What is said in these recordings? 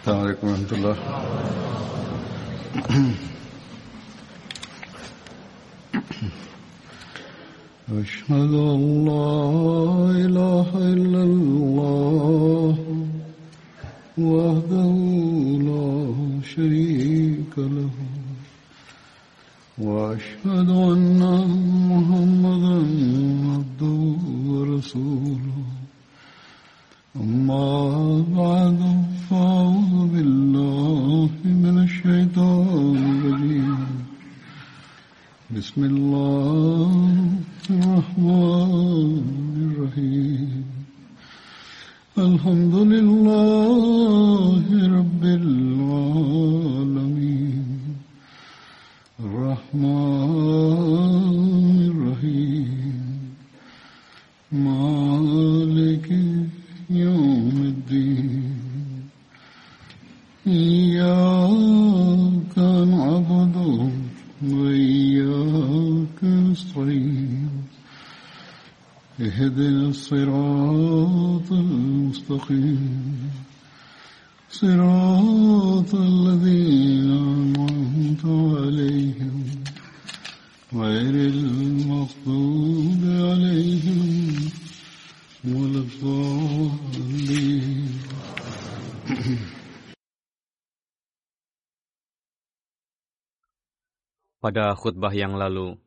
Assalamualaikum warahmatullahi wabarakatuh. Asyhadu an la ilaha illallah wahdahu la syarika lahu wa asyhadu anna Muhammadan abduhu wa rasuluh. أما بعد فأعوذ بالله من الشيطان الرجيم بسم الله الرحمن الرحيم الحمد لله رب العالمين الرحمن الرحيم مالك يوم الدين إياك نعبد وإياك نستعين اهدنا الصراط المستقيم صراط الذين أنعمت عليهم غير المغضوب عليهم Pada khutbah yang lalu,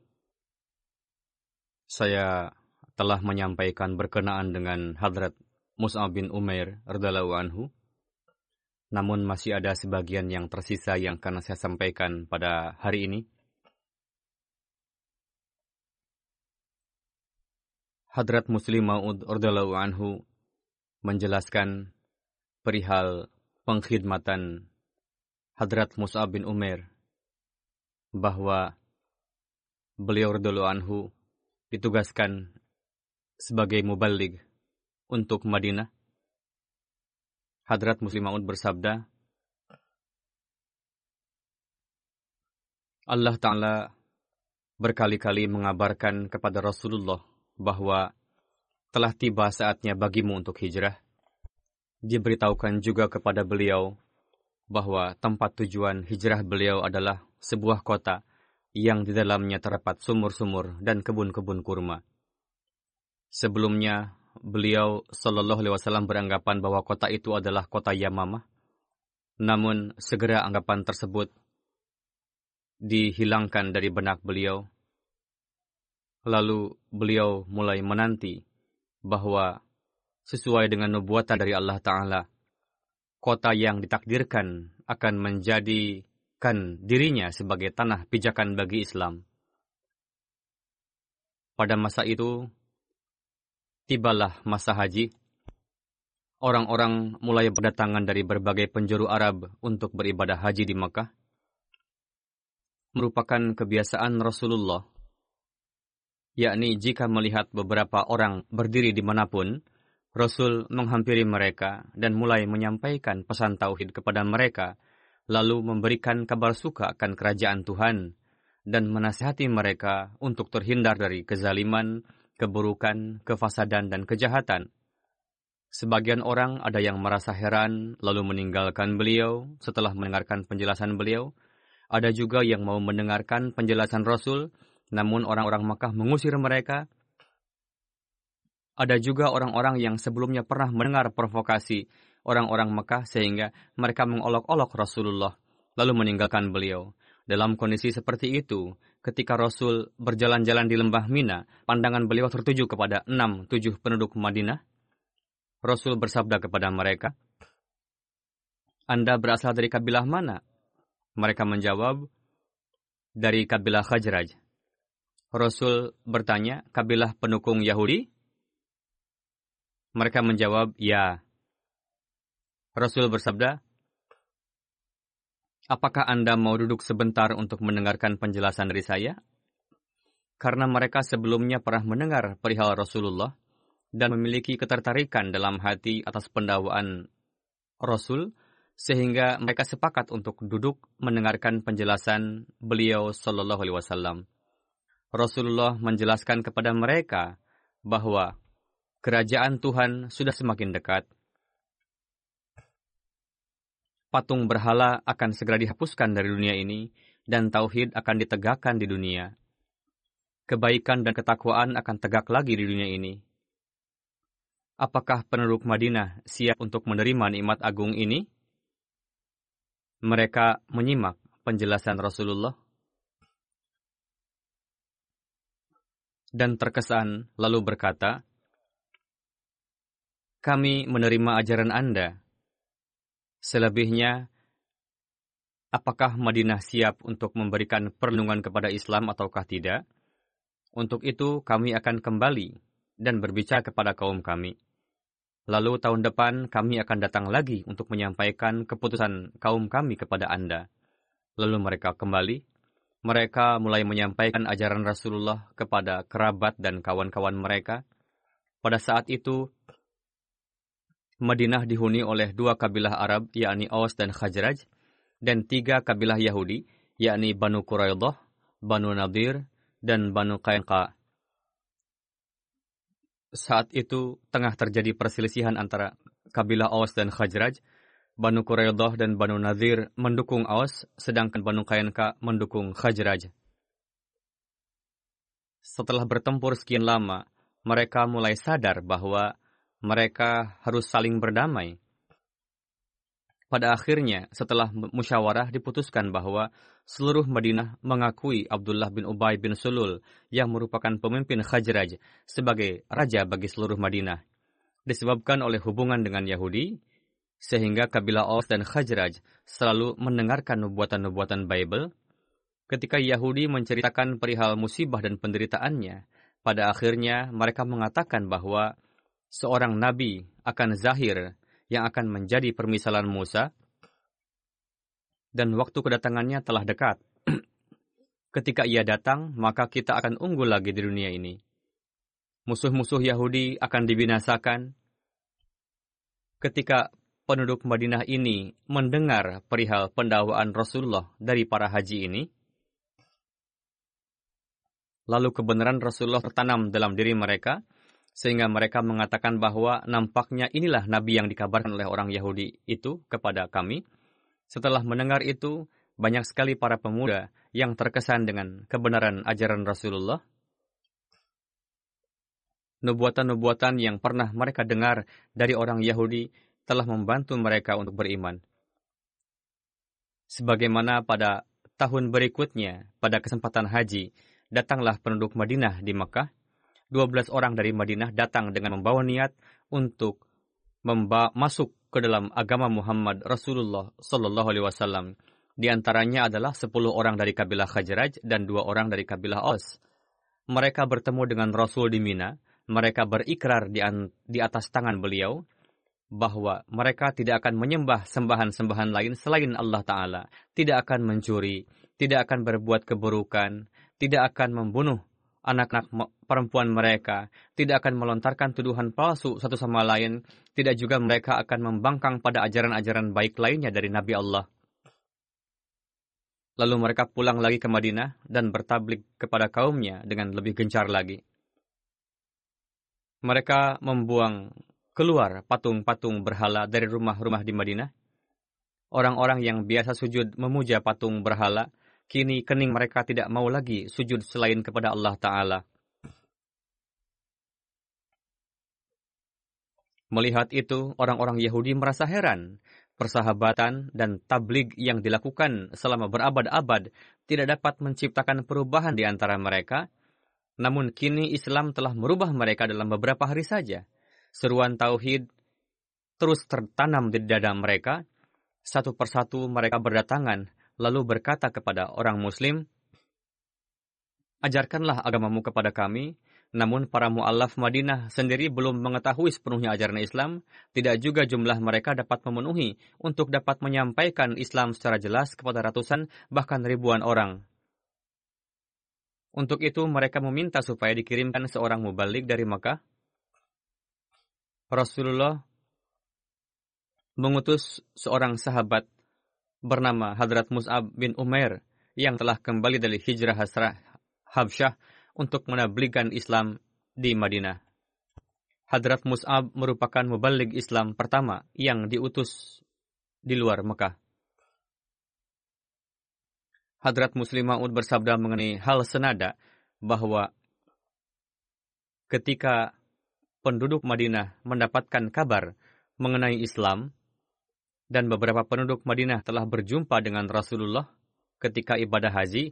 saya telah menyampaikan berkenaan dengan Hadrat Mus'ab bin Umair radhiyallahu anhu. Namun masih ada sebagian yang tersisa yang akan saya sampaikan pada hari ini. Hadrat Muslim Maud radhiyallahu anhu menjelaskan perihal pengkhidmatan Hadrat Mus'ab bin Umair bahwa beliau radhiyallahu anhu ditugaskan sebagai muballigh untuk Madinah. Hadrat Muslim Maud bersabda, Allah Ta'ala berkali-kali mengabarkan kepada Rasulullah bahwa telah tiba saatnya bagimu untuk hijrah. Diberitahukan juga kepada beliau bahwa tempat tujuan hijrah beliau adalah sebuah kota yang di dalamnya terdapat sumur-sumur dan kebun-kebun kurma. Sebelumnya, beliau Shallallahu Alaihi Wasallam beranggapan bahwa kota itu adalah kota Yamamah. Namun, segera anggapan tersebut dihilangkan dari benak beliau. Lalu beliau mulai menanti bahwa sesuai dengan nubuatan dari Allah Ta'ala, kota yang ditakdirkan akan menjadikan dirinya sebagai tanah pijakan bagi Islam. Pada masa itu, tibalah masa haji. Orang-orang mulai berdatangan dari berbagai penjuru Arab untuk beribadah haji di Makkah. Merupakan kebiasaan Rasulullah, yakni jika melihat beberapa orang berdiri dimanapun, Rasul menghampiri mereka dan mulai menyampaikan pesan tauhid kepada mereka, lalu memberikan kabar suka akan kerajaan Tuhan, dan menasihati mereka untuk terhindar dari kezaliman, keburukan, kefasadan, dan kejahatan. Sebagian orang ada yang merasa heran, lalu meninggalkan beliau setelah mendengarkan penjelasan beliau. Ada juga yang mau mendengarkan penjelasan Rasul, namun orang-orang Makkah mengusir mereka. Ada juga orang-orang yang sebelumnya pernah mendengar provokasi orang-orang Makkah sehingga mereka mengolok-olok Rasulullah, lalu meninggalkan beliau. Dalam kondisi seperti itu, ketika Rasul berjalan-jalan di lembah Mina, pandangan beliau tertuju kepada 6-7 penduduk Madinah. Rasul bersabda kepada mereka, Anda berasal dari kabilah mana? Mereka menjawab, dari kabilah Khazraj. Rasul bertanya, kabilah pendukung Yahudi? Mereka menjawab, ya. Rasul bersabda, apakah Anda mau duduk sebentar untuk mendengarkan penjelasan dari saya? Karena mereka sebelumnya pernah mendengar perihal Rasulullah dan memiliki ketertarikan dalam hati atas pendakwaan Rasul, sehingga mereka sepakat untuk duduk mendengarkan penjelasan beliau Sallallahu Alaihi Wasallam. Rasulullah menjelaskan kepada mereka bahwa kerajaan Tuhan sudah semakin dekat. patung berhala akan segera dihapuskan dari dunia ini, dan tauhid akan ditegakkan di dunia. Kebaikan dan ketakwaan akan tegak lagi di dunia ini. Apakah penduduk Madinah siap untuk menerima nikmat agung ini? Mereka menyimak penjelasan Rasulullah dan terkesan lalu berkata, "Kami menerima ajaran Anda. Selebihnya, apakah Madinah siap untuk memberikan perlindungan kepada Islam ataukah tidak? Untuk itu kami akan kembali dan berbicara kepada kaum kami. Lalu tahun depan kami akan datang lagi untuk menyampaikan keputusan kaum kami kepada Anda." Lalu mereka kembali. Mereka mulai menyampaikan ajaran Rasulullah kepada kerabat dan kawan-kawan mereka. Pada saat itu, Madinah dihuni oleh 2 kabilah Arab, yakni Aus dan Khazraj, dan 3 kabilah Yahudi, yakni Banu Quraidah, Banu Nadir, dan Banu Qainuqa. Saat itu tengah terjadi perselisihan antara kabilah Aus dan Khazraj. Banu Quraidah dan Banu Nadir mendukung Aus, sedangkan Banu Qainuqa mendukung Khazraj. Setelah bertempur sekian lama, mereka mulai sadar bahwa mereka harus saling berdamai. Pada akhirnya, setelah musyawarah diputuskan bahwa seluruh Madinah mengakui Abdullah bin Ubay bin Sulul yang merupakan pemimpin Khazraj sebagai raja bagi seluruh Madinah. Disebabkan oleh hubungan dengan Yahudi, sehingga kabilah Aus dan Khazraj selalu mendengarkan nubuatan-nubuatan Bible. Ketika Yahudi menceritakan perihal musibah dan penderitaannya, pada akhirnya mereka mengatakan bahwa seorang nabi akan zahir yang akan menjadi permisalan Musa, dan waktu kedatangannya telah dekat. Ketika ia datang, maka kita akan unggul lagi di dunia ini. Musuh-musuh Yahudi akan dibinasakan. Ketika penduduk Madinah ini mendengar perihal pendakwaan Rasulullah dari para haji ini, lalu kebenaran Rasulullah tertanam dalam diri mereka, sehingga mereka mengatakan bahwa nampaknya inilah Nabi yang dikabarkan oleh orang Yahudi itu kepada kami. Setelah mendengar itu, banyak sekali para pemuda yang terkesan dengan kebenaran ajaran Rasulullah. Nubuatan-nubuatan yang pernah mereka dengar dari orang Yahudi telah membantu mereka untuk beriman. Sebagaimana pada tahun berikutnya, pada kesempatan haji, datanglah penduduk Madinah di Makkah. 12 orang dari Madinah datang dengan membawa niat untuk masuk ke dalam agama Muhammad Rasulullah Sallallahu Alaihi Wasallam. Di antaranya adalah 10 orang dari kabilah Khazraj dan 2 orang dari kabilah Aus. Mereka bertemu dengan Rasul di Mina. Mereka berikrar di atas tangan beliau bahwa mereka tidak akan menyembah sembahan-sembahan lain selain Allah Ta'ala, tidak akan mencuri, tidak akan berbuat keburukan, tidak akan membunuh anak-anak perempuan mereka, tidak akan melontarkan tuduhan palsu satu sama lain, tidak juga mereka akan membangkang pada ajaran-ajaran baik lainnya dari Nabi Allah. Lalu mereka pulang lagi ke Madinah dan bertablik kepada kaumnya dengan lebih gencar lagi. Mereka membuang keluar patung-patung berhala dari rumah-rumah di Madinah. Orang-orang yang biasa sujud memuja patung berhala, kini kening mereka tidak mau lagi sujud selain kepada Allah Ta'ala. Melihat itu, orang-orang Yahudi merasa heran. Persahabatan dan tabligh yang dilakukan selama berabad-abad tidak dapat menciptakan perubahan di antara mereka. Namun kini Islam telah merubah mereka dalam beberapa hari saja. Seruan tauhid terus tertanam di dada mereka. Satu persatu mereka berdatangan, lalu berkata kepada orang Muslim, "Ajarkanlah agamamu kepada kami." Namun para mu'allaf Madinah sendiri belum mengetahui sepenuhnya ajaran Islam. Tidak juga jumlah mereka dapat memenuhi untuk dapat menyampaikan Islam secara jelas kepada ratusan, bahkan ribuan orang. Untuk itu mereka meminta supaya dikirimkan seorang mubalik dari Makkah. Rasulullah mengutus seorang sahabat bernama Hadrat Mus'ab bin Umair yang telah kembali dari hijrah Habsyah untuk menablighkan Islam di Madinah. Hadrat Mus'ab merupakan mubalik Islam pertama yang diutus di luar Mekah. Hadrat Muslim Maud bersabda mengenai hal senada bahwa ketika penduduk Madinah mendapatkan kabar mengenai Islam dan beberapa penduduk Madinah telah berjumpa dengan Rasulullah ketika ibadah haji,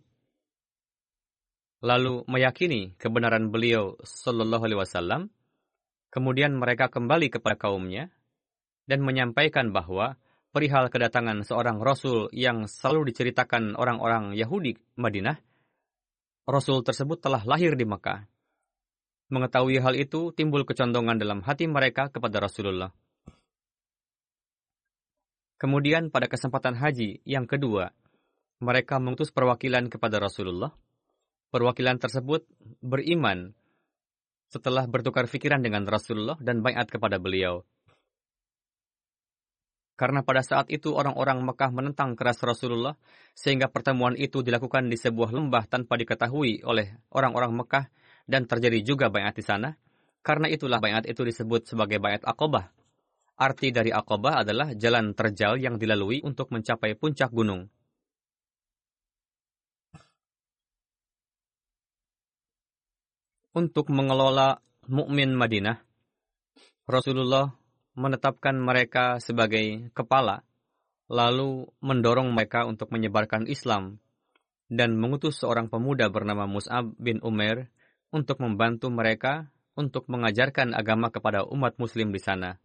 lalu meyakini kebenaran beliau Sallallahu Alaihi Wasallam, kemudian mereka kembali kepada kaumnya dan menyampaikan bahwa perihal kedatangan seorang Rasul yang selalu diceritakan orang-orang Yahudi Madinah, Rasul tersebut telah lahir di Mekah. Mengetahui hal itu, timbul kecondongan dalam hati mereka kepada Rasulullah. Kemudian pada kesempatan haji yang kedua, mereka mengutus perwakilan kepada Rasulullah. Perwakilan tersebut beriman setelah bertukar pikiran dengan Rasulullah dan baiat kepada beliau. Karena pada saat itu orang-orang Mekah menentang keras Rasulullah, sehingga pertemuan itu dilakukan di sebuah lembah tanpa diketahui oleh orang-orang Mekah, dan terjadi juga baiat di sana. Karena itulah baiat itu disebut sebagai baiat Aqabah. Arti dari Aqabah adalah jalan terjal yang dilalui untuk mencapai puncak gunung. Untuk mengelola mukmin Madinah, Rasulullah menetapkan mereka sebagai kepala, lalu mendorong mereka untuk menyebarkan Islam, dan mengutus seorang pemuda bernama Mus'ab bin Umair untuk membantu mereka untuk mengajarkan agama kepada umat muslim di sana.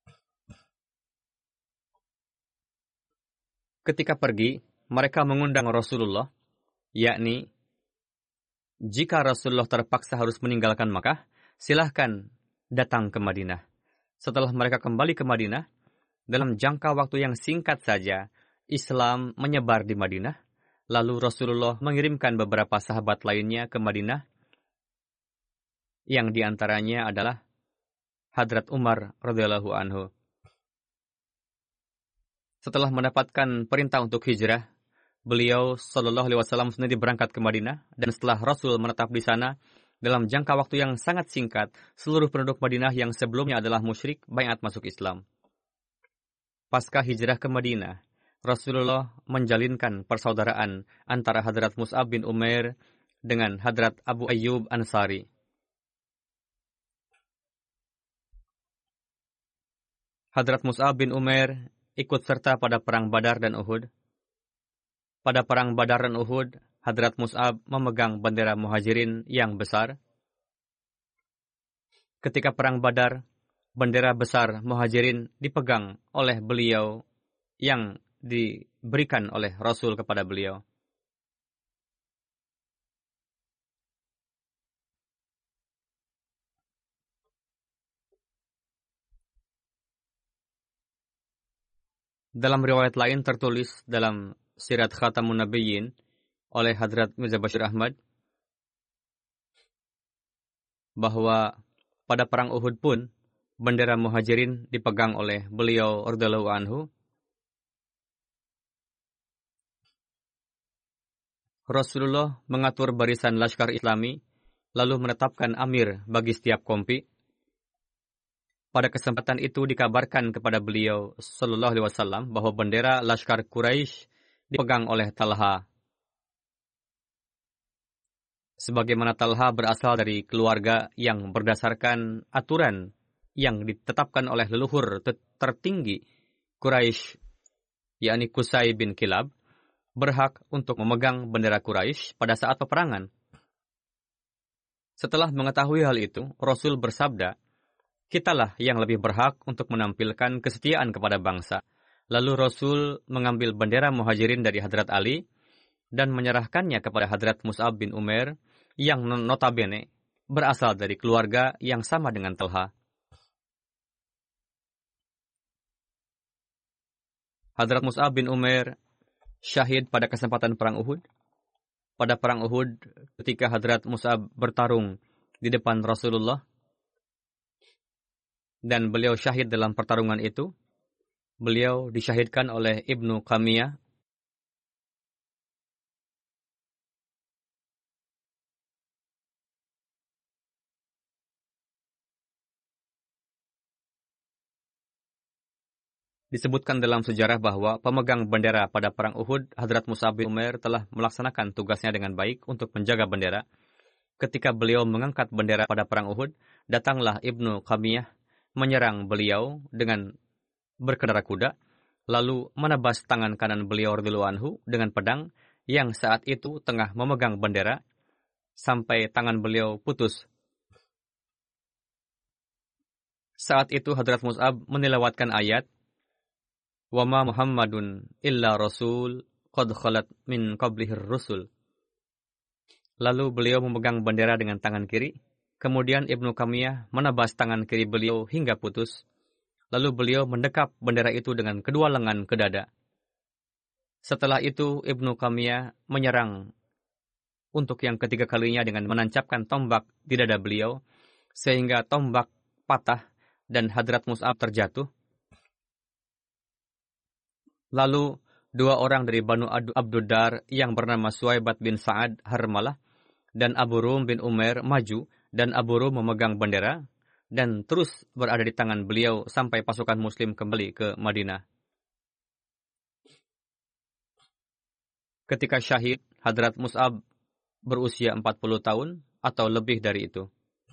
Ketika pergi, mereka mengundang Rasulullah, yakni, jika Rasulullah terpaksa harus meninggalkan Makkah, silahkan datang ke Madinah. Setelah mereka kembali ke Madinah, dalam jangka waktu yang singkat saja, Islam menyebar di Madinah. Lalu Rasulullah mengirimkan beberapa sahabat lainnya ke Madinah, yang diantaranya adalah Hadrat Umar radhiyallahu anhu. Setelah mendapatkan perintah untuk hijrah, beliau Shallallahu Alaihi Wasallam sendiri berangkat ke Madinah, dan setelah Rasul menetap di sana, dalam jangka waktu yang sangat singkat, seluruh penduduk Madinah yang sebelumnya adalah musyrik baiat masuk Islam. Pasca hijrah ke Madinah, Rasulullah menjalinkan persaudaraan antara Hadrat Mus'ab bin Umair dengan Hadrat Abu Ayyub Ansari. Hadrat Mus'ab bin Umair ikut serta pada perang Badar dan Uhud. Pada perang Badar dan Uhud, Hadrat Mus'ab memegang bendera Muhajirin yang besar. Ketika perang Badar, bendera besar Muhajirin dipegang oleh beliau yang diberikan oleh Rasul kepada beliau. Dalam riwayat lain tertulis dalam Sirat Khatamun Nabiyyin oleh Hadrat Mirza Bashir Ahmad bahwa pada perang Uhud pun bendera Muhajirin dipegang oleh beliau radhiyallahu anhu. Rasulullah mengatur barisan laskar Islami lalu menetapkan amir bagi setiap kompi. Pada kesempatan itu dikabarkan kepada beliau Sallallahu Alaihi Wasallam bahwa bendera Laskar Quraisy dipegang oleh Talha. Sebagaimana Talha berasal dari keluarga yang berdasarkan aturan yang ditetapkan oleh leluhur tertinggi Quraisy, yakni Qusay bin Kilab, berhak untuk memegang bendera Quraisy pada saat peperangan. Setelah mengetahui hal itu, Rasul bersabda, "Kitalah yang lebih berhak untuk menampilkan kesetiaan kepada bangsa." Lalu Rasul mengambil bendera Muhajirin dari Hadrat Ali dan menyerahkannya kepada Hadrat Mus'ab bin Umair yang notabene berasal dari keluarga yang sama dengan Talha. Hadrat Mus'ab bin Umair syahid pada kesempatan perang Uhud. Pada perang Uhud, ketika Hadrat Mus'ab bertarung di depan Rasulullah, dan beliau syahid dalam pertarungan itu, beliau disyahidkan oleh Ibnu Qamiyah. Disebutkan dalam sejarah bahwa pemegang bendera pada perang Uhud, Hadrat Mus'ab bin Umair telah melaksanakan tugasnya dengan baik untuk menjaga bendera. Ketika beliau mengangkat bendera pada perang Uhud, datanglah Ibnu Qamiyah menyerang beliau dengan berkendara kuda, lalu menebas tangan kanan beliau radhiyallahu anhu dengan pedang yang saat itu tengah memegang bendera sampai tangan beliau putus. Saat itu Hadrat Mus'ab menilawatkan ayat, "Wa ma Muhammadun illa rasul qad khalat min qablihir rusul." Lalu beliau memegang bendera dengan tangan kiri. Kemudian Ibnu Qamiyah menebas tangan kiri beliau hingga putus. Lalu beliau mendekap bendera itu dengan kedua lengan ke dada. Setelah itu Ibnu Qamiyah menyerang untuk yang ketiga kalinya dengan menancapkan tombak di dada beliau, sehingga tombak patah dan Hadrat Mus'ab terjatuh. Lalu dua orang dari Banu Abduddar yang bernama Suwaibat bin Sa'ad Harmalah dan Abu Rum bin Umair maju, dan Abu Rum memegang bendera dan terus berada di tangan beliau sampai pasukan Muslim kembali ke Madinah. Ketika syahid, Hadrat Mus'ab berusia 40 tahun atau lebih dari itu.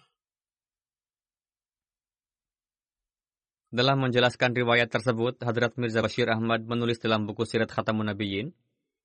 Dalam menjelaskan riwayat tersebut, Hadrat Mirza Bashir Ahmad menulis dalam buku Sirat Khatamun Nabiyyin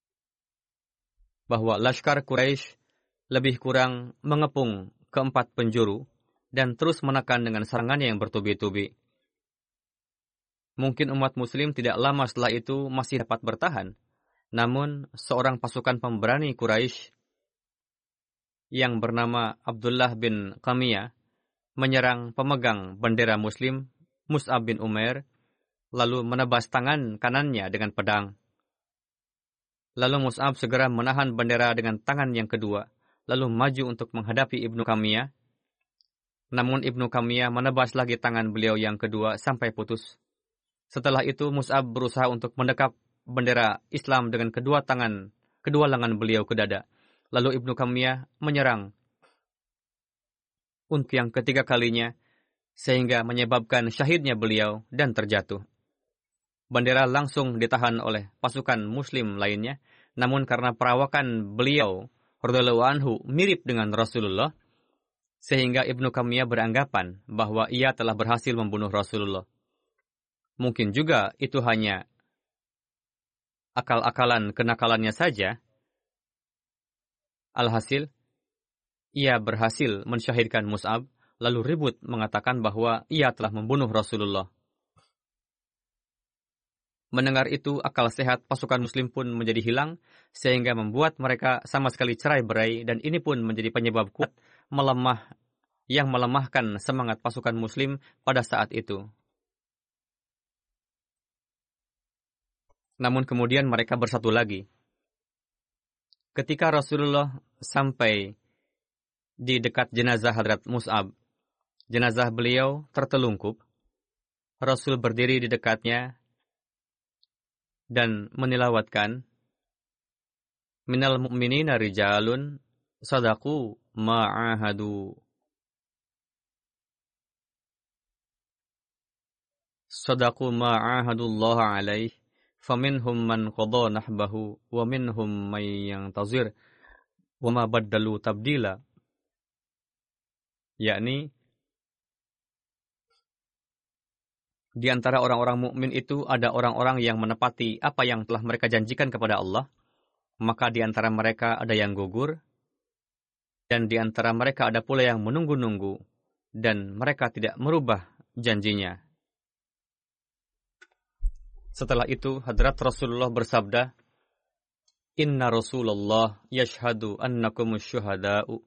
bahwa Laskar Quraisy lebih kurang mengepung keempat penjuru dan terus menekan dengan serangannya yang bertubi-tubi. Mungkin umat muslim tidak lama setelah itu masih dapat bertahan. Namun, seorang pasukan pemberani Quraisy yang bernama Abdullah bin Qamiyah menyerang pemegang bendera muslim Mus'ab bin Umair, lalu menebas tangan kanannya dengan pedang. Lalu Mus'ab segera menahan bendera dengan tangan yang kedua, lalu maju untuk menghadapi Ibnu Qamiyah. Namun Ibnu Qamiyah menebas lagi tangan beliau yang kedua sampai putus. Setelah itu Mus'ab berusaha untuk mendekap bendera Islam dengan kedua lengan beliau ke dada. Lalu Ibnu Qamiyah menyerang untuk yang ketiga kalinya, sehingga menyebabkan syahidnya beliau dan terjatuh. Bendera langsung ditahan oleh pasukan muslim lainnya, namun karena perawakan beliau radhiyallahu anhu mirip dengan Rasulullah, sehingga Ibnu Qamiyah beranggapan bahwa ia telah berhasil membunuh Rasulullah. Mungkin juga itu hanya akal-akalan kenakalannya saja. Alhasil, ia berhasil mensyahidkan Mus'ab, lalu ribut mengatakan bahwa ia telah membunuh Rasulullah. Mendengar itu, akal sehat pasukan muslim pun menjadi hilang, sehingga membuat mereka sama sekali cerai-berai, dan ini pun menjadi penyebab kuat yang melemahkan semangat pasukan muslim pada saat itu. Namun kemudian mereka bersatu lagi. Ketika Rasulullah sampai di dekat jenazah Hadrat Mus'ab, jenazah beliau tertelungkup. Rasul berdiri di dekatnya dan menilawatkan, "Minal mu'minina rijalun sadaqu ma'ahadu ma'ahadullah alaih, faminhum man qada nahbahu wa minhum man yantazir wa ma baddalu tabdila." Yakni di antara orang-orang mukmin itu ada orang-orang yang menepati apa yang telah mereka janjikan kepada Allah, maka di antara mereka ada yang gugur, dan di antara mereka ada pula yang menunggu-nunggu, dan mereka tidak merubah janjinya. Setelah itu, Hadrat Rasulullah bersabda, "Inna Rasulullah yashhadu annakumus syuhada'u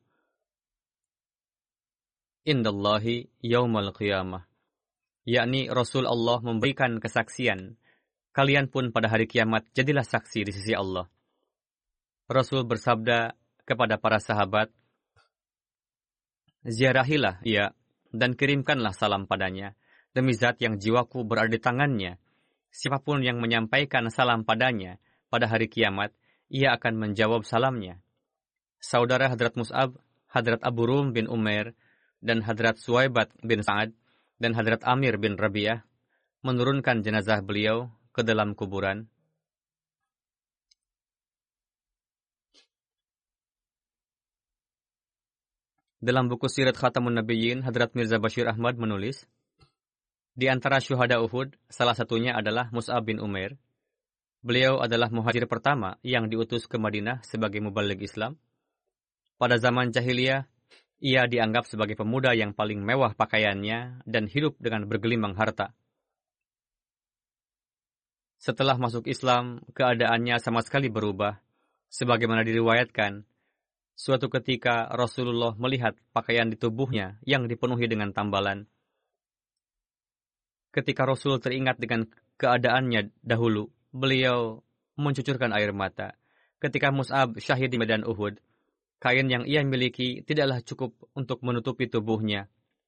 indallahi yaumal qiyamah." Yakni Rasul Allah memberikan kesaksian, kalian pun pada hari kiamat jadilah saksi di sisi Allah. Rasul bersabda kepada para sahabat, "Ziarahilah ia dan kirimkanlah salam padanya, demi zat yang jiwaku berada di tangannya. Siapapun yang menyampaikan salam padanya pada hari kiamat, ia akan menjawab salamnya." Saudara Hadrat Mus'ab, Hadrat Abu Rum bin Umair, dan Hadrat Suwaibat bin Sa'ad, dan Hadrat Amir bin Rabi'ah menurunkan jenazah beliau ke dalam kuburan. Dalam buku Sirat Khatamun Nabiyyin, Hadrat Mirza Bashir Ahmad menulis, di antara syuhada Uhud, salah satunya adalah Mus'ab bin Umair. Beliau adalah muhajir pertama yang diutus ke Madinah sebagai mubaligh Islam. Pada zaman jahiliyah, ia dianggap sebagai pemuda yang paling mewah pakaiannya dan hidup dengan bergelimang harta. Setelah masuk Islam, keadaannya sama sekali berubah. Sebagaimana diriwayatkan, suatu ketika Rasulullah melihat pakaian di tubuhnya yang dipenuhi dengan tambalan. Ketika Rasul teringat dengan keadaannya dahulu, beliau mencucurkan air mata. Ketika Mus'ab syahid di medan Uhud, kain yang ia miliki tidaklah cukup untuk menutupi tubuhnya.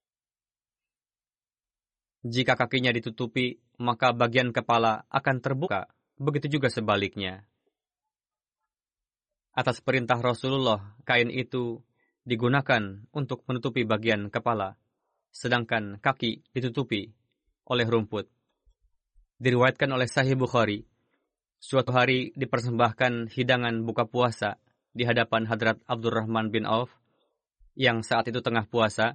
Jika kakinya ditutupi, maka bagian kepala akan terbuka. Begitu juga sebaliknya. Atas perintah Rasulullah, kain itu digunakan untuk menutupi bagian kepala, sedangkan kaki ditutupi oleh rumput. Diriwayatkan oleh Sahih Bukhari, suatu hari dipersembahkan hidangan buka puasa di hadapan Hadrat Abdurrahman bin Auf, yang saat itu tengah puasa.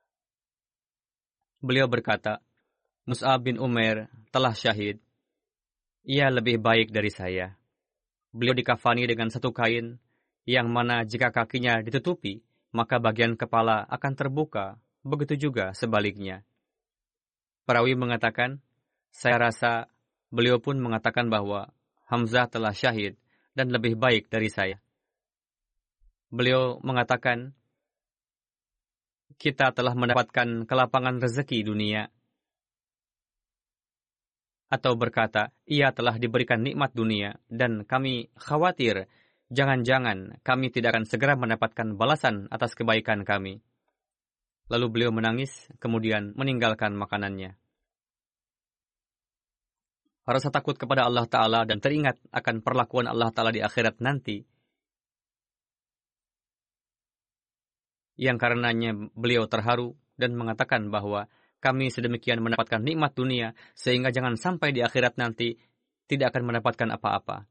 Beliau berkata, Mus'ab bin Umair telah syahid. Ia lebih baik dari saya. Beliau dikafani dengan satu kain, yang mana jika kakinya ditutupi, maka bagian kepala akan terbuka. Begitu juga sebaliknya. Perawi mengatakan, saya rasa beliau pun mengatakan bahwa Hamzah telah syahid dan lebih baik dari saya. Beliau mengatakan, kita telah mendapatkan kelapangan rezeki dunia. Atau berkata, ia telah diberikan nikmat dunia, dan kami khawatir, jangan-jangan kami tidak akan segera mendapatkan balasan atas kebaikan kami. Lalu beliau menangis, kemudian meninggalkan makanannya. Rasa takut kepada Allah Ta'ala dan teringat akan perlakuan Allah Ta'ala di akhirat nanti, yang karenanya beliau terharu dan mengatakan bahwa kami sedemikian mendapatkan nikmat dunia, sehingga jangan sampai di akhirat nanti tidak akan mendapatkan apa-apa.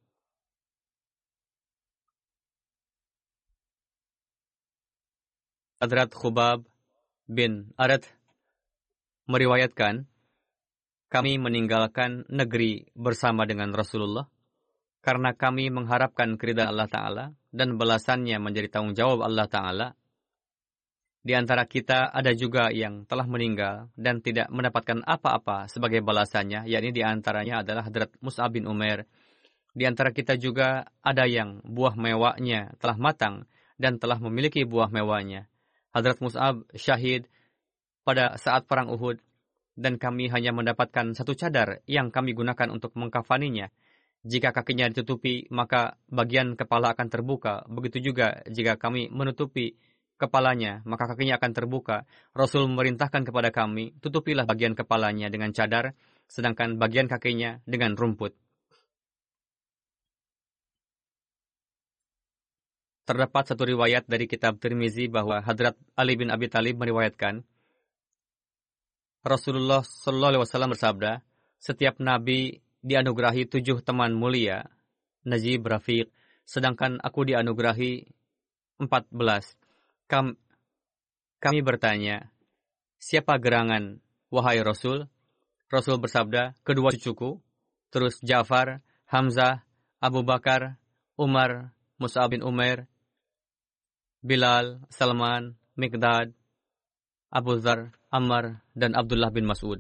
Hadrat Khubab bin Arad meriwayatkan, kami meninggalkan negeri bersama dengan Rasulullah, karena kami mengharapkan keridhaan Allah Ta'ala dan balasannya menjadi tanggung jawab Allah Ta'ala. Di antara kita ada juga yang telah meninggal dan tidak mendapatkan apa-apa sebagai balasannya, yakni di antaranya adalah Hadrat Mus'ab bin Umair. Di antara kita juga ada yang buah mewahnya telah matang dan telah memiliki buah mewahnya. Hadrat Mus'ab syahid pada saat perang Uhud, dan kami hanya mendapatkan satu cadar yang kami gunakan untuk mengkafaninya. Jika kakinya ditutupi, maka bagian kepala akan terbuka. Begitu juga jika kami menutupi kepalanya, maka kakinya akan terbuka. Rasul memerintahkan kepada kami, tutupilah bagian kepalanya dengan cadar, sedangkan bagian kakinya dengan rumput. Terdapat satu riwayat dari kitab Tirmizi bahwa Hadrat Ali bin Abi Thalib meriwayatkan, Rasulullah SAW bersabda, setiap nabi dianugerahi 7 teman mulia, Najib, Rafiq, sedangkan aku dianugerahi 14. Kami bertanya, siapa gerangan, wahai Rasul? Rasul bersabda, kedua cucuku, terus Ja'far, Hamzah, Abu Bakar, Umar, Mus'ab bin Umair, Bilal, Salman, Miqdad, Abu Dzar, Ammar, dan Abdullah bin Mas'ud.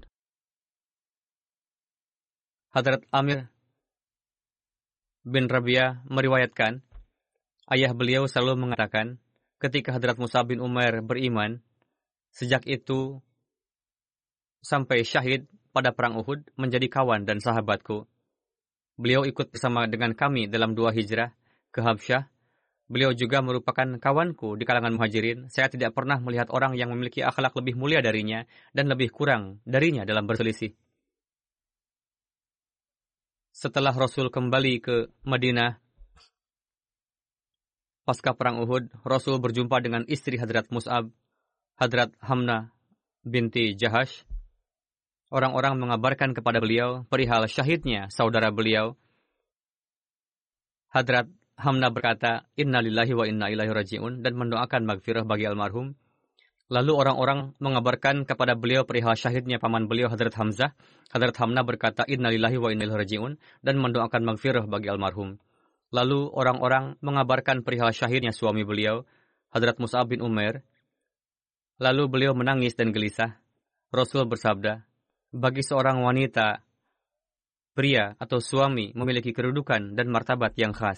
Hadrat Amir bin Rabi'ah meriwayatkan, ayah beliau selalu mengatakan, ketika Hadrat Mus'ab bin Umair beriman, sejak itu sampai syahid pada perang Uhud menjadi kawan dan sahabatku. Beliau ikut bersama dengan kami dalam 2 hijrah ke Habsyah. Beliau juga merupakan kawanku di kalangan muhajirin. Saya tidak pernah melihat orang yang memiliki akhlak lebih mulia darinya dan lebih kurang darinya dalam berselisih. Setelah Rasul kembali ke Madinah, pasca perang Uhud, Rasul berjumpa dengan istri Hadrat Mus'ab, Hadrat Hamna binti Jahash. orang-orang mengabarkan kepada beliau perihal syahidnya saudara beliau. Hadrat Hamna berkata, "Inna lillahi wa inna ilaihi raji'un," dan mendoakan maghfirah bagi almarhum. Lalu orang-orang mengabarkan kepada beliau perihal syahidnya paman beliau Hadrat Hamzah. Hadrat Hamna berkata, "Inna lillahi wa inna ilaihi raji'un," dan mendoakan maghfirah bagi almarhum. Lalu orang-orang mengabarkan perihal syahidnya suami beliau, Hadrat Mus'ab bin Umair. Lalu beliau menangis dan gelisah. Rasul bersabda, "Bagi seorang wanita, pria atau suami memiliki kedudukan dan martabat yang khas."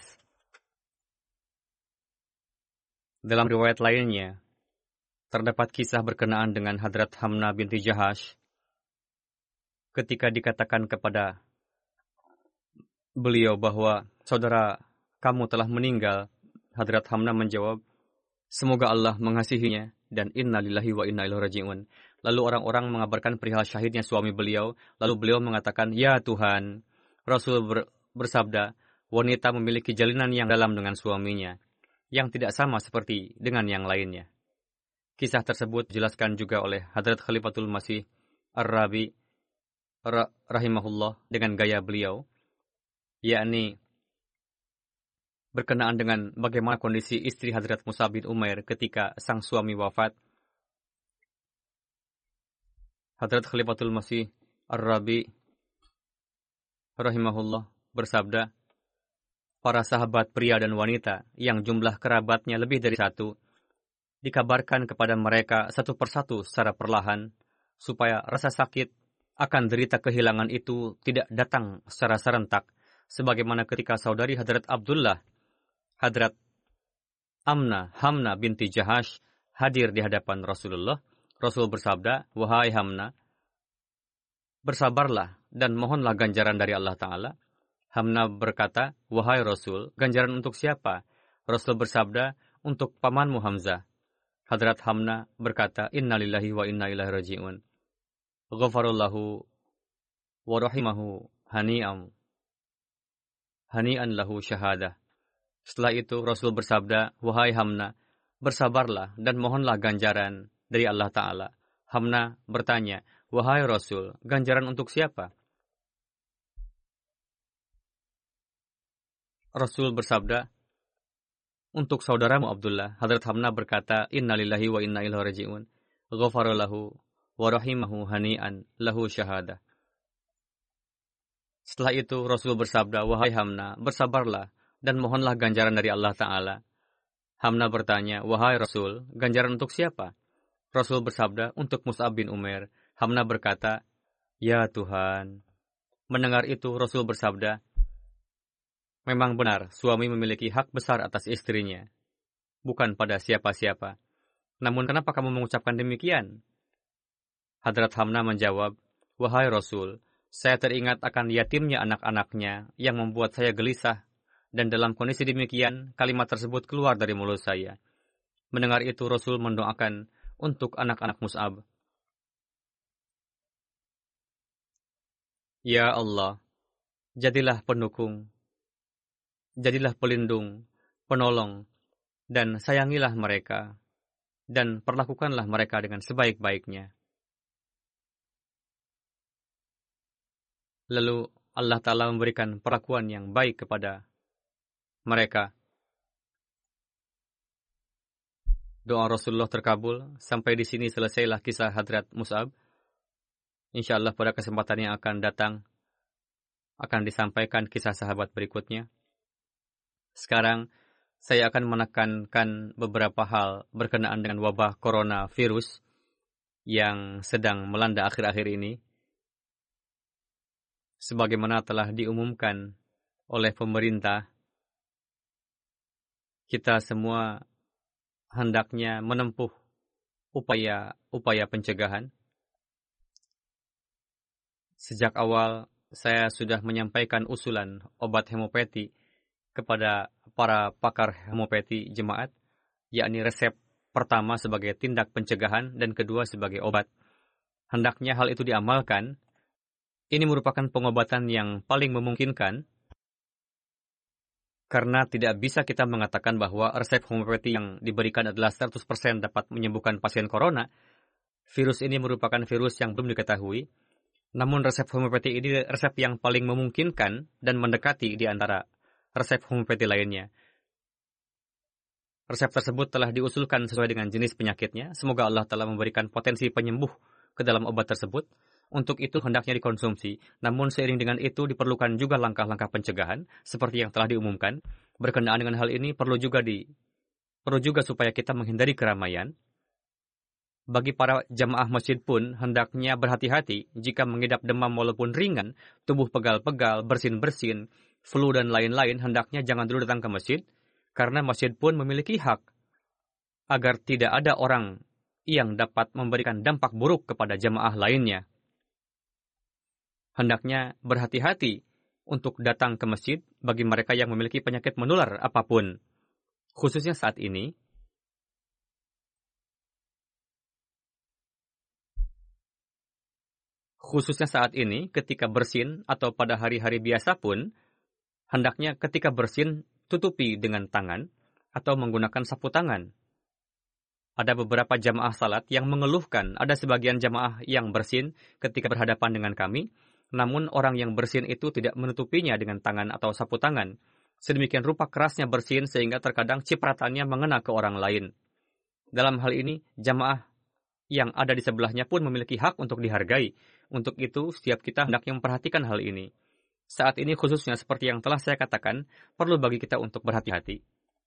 Dalam riwayat lainnya, terdapat kisah berkenaan dengan Hadrat Hamna binti Jahash. Ketika dikatakan kepada beliau bahwa saudara kamu telah meninggal, Hadrat Hamna menjawab, "Semoga Allah mengasihinya dan inna lillahi wa inna ilaihi raji'un." Lalu orang-orang mengabarkan perihal syahidnya suami beliau. Lalu beliau mengatakan, "Ya Tuhan." Rasul bersabda, "Wanita memiliki jalinan yang dalam dengan suaminya, yang tidak sama seperti dengan yang lainnya." Kisah tersebut dijelaskan juga oleh Hadrat Khalifatul Masih Ar-Rabi rahimahullah dengan gaya beliau, yakni berkenaan dengan bagaimana kondisi istri Hadrat Mus'ab bin Umair ketika sang suami wafat. Hadrat Khalifatul Masih Ar-Rabi rahimahullah bersabda, para sahabat pria dan wanita yang jumlah kerabatnya lebih dari satu, dikabarkan kepada mereka satu persatu secara perlahan, supaya rasa sakit akan derita kehilangan itu tidak datang secara serentak, sebagaimana ketika saudari Hadrat Abdullah, Hadrat Hamna binti Jahash hadir di hadapan Rasulullah. Rasul bersabda, "Wahai Hamna, bersabarlah dan mohonlah ganjaran dari Allah Ta'ala." Hamna berkata, "Wahai Rasul, ganjaran untuk siapa?" Rasul bersabda, "Untuk pamanmu Hamzah." Hadrat Hamna berkata, "Inna lillahi wa inna ilaihi raji'un. Ghafarallahu wa rahimahu hani'an lahu syahadah." Setelah itu Rasul bersabda, "Wahai Hamna, bersabarlah dan mohonlah ganjaran dari Allah Ta'ala." Hamna bertanya, "Wahai Rasul, ganjaran untuk siapa?" Rasul bersabda, "Untuk saudaramu Abdullah." Hadrat Hamna berkata, "Inna lillahi wa inna ilaihi raji'un. Ghafarallahu wa rahimahu hani'an lahu syahadah." Setelah itu Rasul bersabda, "Wahai Hamna, bersabarlah dan mohonlah ganjaran dari Allah Ta'ala." Hamna bertanya, "Wahai Rasul, ganjaran untuk siapa?" Rasul bersabda, "Untuk Mus'ab bin Umair." Hamna berkata, "Ya Tuhan." Mendengar itu Rasul bersabda, "Memang benar, suami memiliki hak besar atas istrinya, bukan pada siapa-siapa. Namun kenapa kamu mengucapkan demikian?" Hadrat Hamna menjawab, "Wahai Rasul, saya teringat akan yatimnya anak-anaknya yang membuat saya gelisah, dan dalam kondisi demikian, kalimat tersebut keluar dari mulut saya." Mendengar itu Rasul mendoakan untuk anak-anak Mus'ab, "Ya Allah, jadilah pendukung, jadilah pelindung, penolong, dan sayangilah mereka, dan perlakukanlah mereka dengan sebaik-baiknya." Lalu Allah Ta'ala memberikan perlakuan yang baik kepada mereka. Doa Rasulullah terkabul. Sampai di sini selesailah kisah Hadrat Mus'ab. InsyaAllah pada kesempatan yang akan datang akan disampaikan kisah sahabat berikutnya. Sekarang saya akan menekankan beberapa hal berkenaan dengan wabah coronavirus yang sedang melanda akhir-akhir ini. Sebagaimana telah diumumkan oleh pemerintah, kita semua hendaknya menempuh upaya pencegahan. Sejak awal saya sudah menyampaikan usulan obat hemopati kepada para pakar hemopati jemaat, yakni resep pertama sebagai tindak pencegahan dan kedua sebagai obat. Hendaknya hal itu diamalkan. Ini merupakan pengobatan yang paling memungkinkan, karena tidak bisa kita mengatakan bahwa resep homeopati yang diberikan adalah 100% dapat menyembuhkan pasien corona. Virus ini merupakan virus yang belum diketahui. Namun resep homeopati ini resep yang paling memungkinkan dan mendekati di antara resep homeopati lainnya. Resep tersebut telah diusulkan sesuai dengan jenis penyakitnya. Semoga Allah telah memberikan potensi penyembuh ke dalam obat tersebut. Untuk itu hendaknya dikonsumsi. Namun seiring dengan itu diperlukan juga langkah-langkah pencegahan seperti yang telah diumumkan. Berkenaan dengan hal ini perlu juga supaya kita menghindari keramaian. Bagi para jamaah masjid pun hendaknya berhati-hati jika mengidap demam walaupun ringan, tubuh pegal-pegal, bersin-bersin, flu dan lain-lain, hendaknya jangan dulu datang ke masjid, karena masjid pun memiliki hak agar tidak ada orang yang dapat memberikan dampak buruk kepada jamaah lainnya. Hendaknya berhati-hati untuk datang ke masjid bagi mereka yang memiliki penyakit menular apapun, khususnya saat ini. Ketika bersin atau pada hari-hari biasa pun, hendaknya ketika bersin tutupi dengan tangan atau menggunakan sapu tangan. Ada beberapa jamaah salat yang mengeluhkan ada sebagian jamaah yang bersin ketika berhadapan dengan kami, namun orang yang bersin itu tidak menutupinya dengan tangan atau sapu tangan. Sedemikian rupa kerasnya bersin sehingga terkadang cipratannya mengena ke orang lain. Dalam hal ini, jamaah yang ada di sebelahnya pun memiliki hak untuk dihargai. Untuk itu, setiap kita hendaknya memperhatikan hal ini. Saat ini khususnya seperti yang telah saya katakan, perlu bagi kita untuk berhati-hati.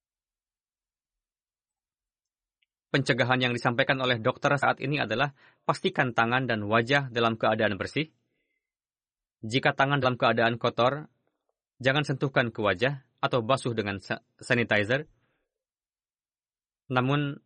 Pencegahan yang disampaikan oleh dokter saat ini adalah pastikan tangan dan wajah dalam keadaan bersih. Jika tangan dalam keadaan kotor, jangan sentuhkan ke wajah atau basuh dengan sanitizer. Namun,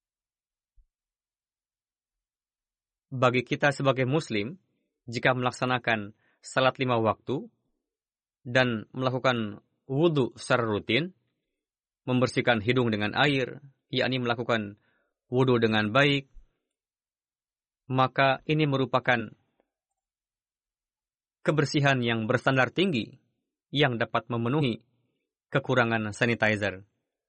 bagi kita sebagai muslim, jika melaksanakan salat 5 waktu dan melakukan wudhu secara rutin, membersihkan hidung dengan air, yakni melakukan wudhu dengan baik, maka ini merupakan kebersihan yang berstandar tinggi yang dapat memenuhi kekurangan sanitizer.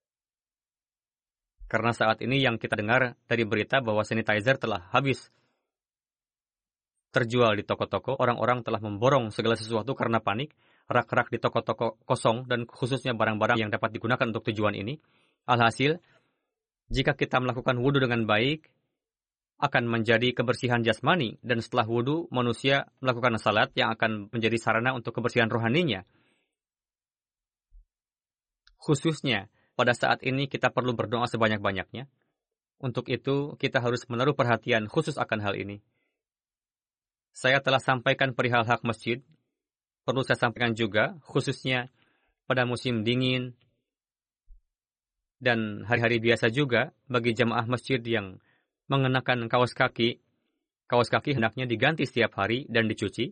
Karena saat ini yang kita dengar dari berita bahwa sanitizer telah habis terjual di toko-toko, orang-orang telah memborong segala sesuatu karena panik, rak-rak di toko-toko kosong dan khususnya barang-barang yang dapat digunakan untuk tujuan ini. Alhasil, jika kita melakukan wudhu dengan baik, akan menjadi kebersihan jasmani, dan setelah wudhu, manusia melakukan salat yang akan menjadi sarana untuk kebersihan rohaninya. Khususnya, pada saat ini kita perlu berdoa sebanyak-banyaknya. Untuk itu, kita harus menaruh perhatian khusus akan hal ini. Saya telah sampaikan perihal hak masjid. Perlu saya sampaikan juga, khususnya pada musim dingin dan hari-hari biasa juga, bagi jamaah masjid yang mengenakan kaos kaki hendaknya diganti setiap hari dan dicuci.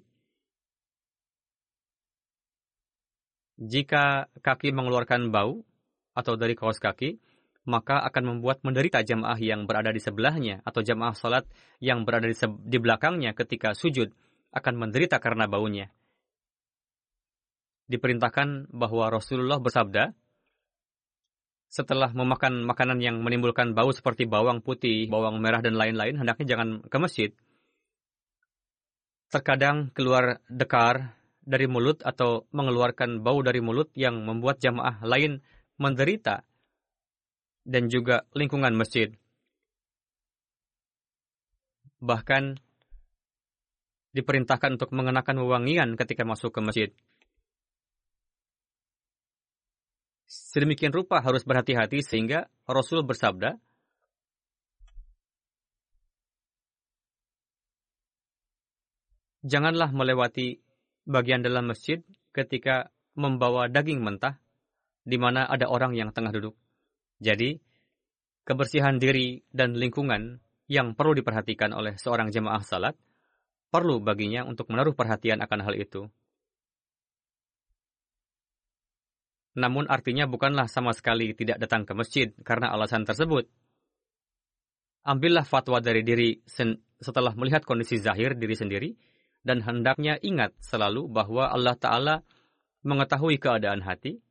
Jika kaki mengeluarkan bau atau dari kaos kaki, maka akan membuat menderita jamaah yang berada di sebelahnya atau jamaah salat yang berada di belakangnya ketika sujud akan menderita karena baunya. Diperintahkan bahwa Rasulullah bersabda, setelah memakan makanan yang menimbulkan bau seperti bawang putih, bawang merah, dan lain-lain, hendaknya jangan ke masjid. Terkadang keluar dekar dari mulut atau mengeluarkan bau dari mulut yang membuat jamaah lain menderita, dan juga lingkungan masjid. Bahkan diperintahkan untuk mengenakan wewangian ketika masuk ke masjid. Sedemikian rupa harus berhati-hati sehingga Rasul bersabda, janganlah melewati bagian dalam masjid ketika membawa daging mentah di mana ada orang yang tengah duduk. Jadi, kebersihan diri dan lingkungan yang perlu diperhatikan oleh seorang jemaah salat, perlu baginya untuk menaruh perhatian akan hal itu. Namun artinya bukanlah sama sekali tidak datang ke masjid karena alasan tersebut. Ambillah fatwa dari diri setelah melihat kondisi zahir diri sendiri, dan hendaknya ingat selalu bahwa Allah Ta'ala mengetahui keadaan hati.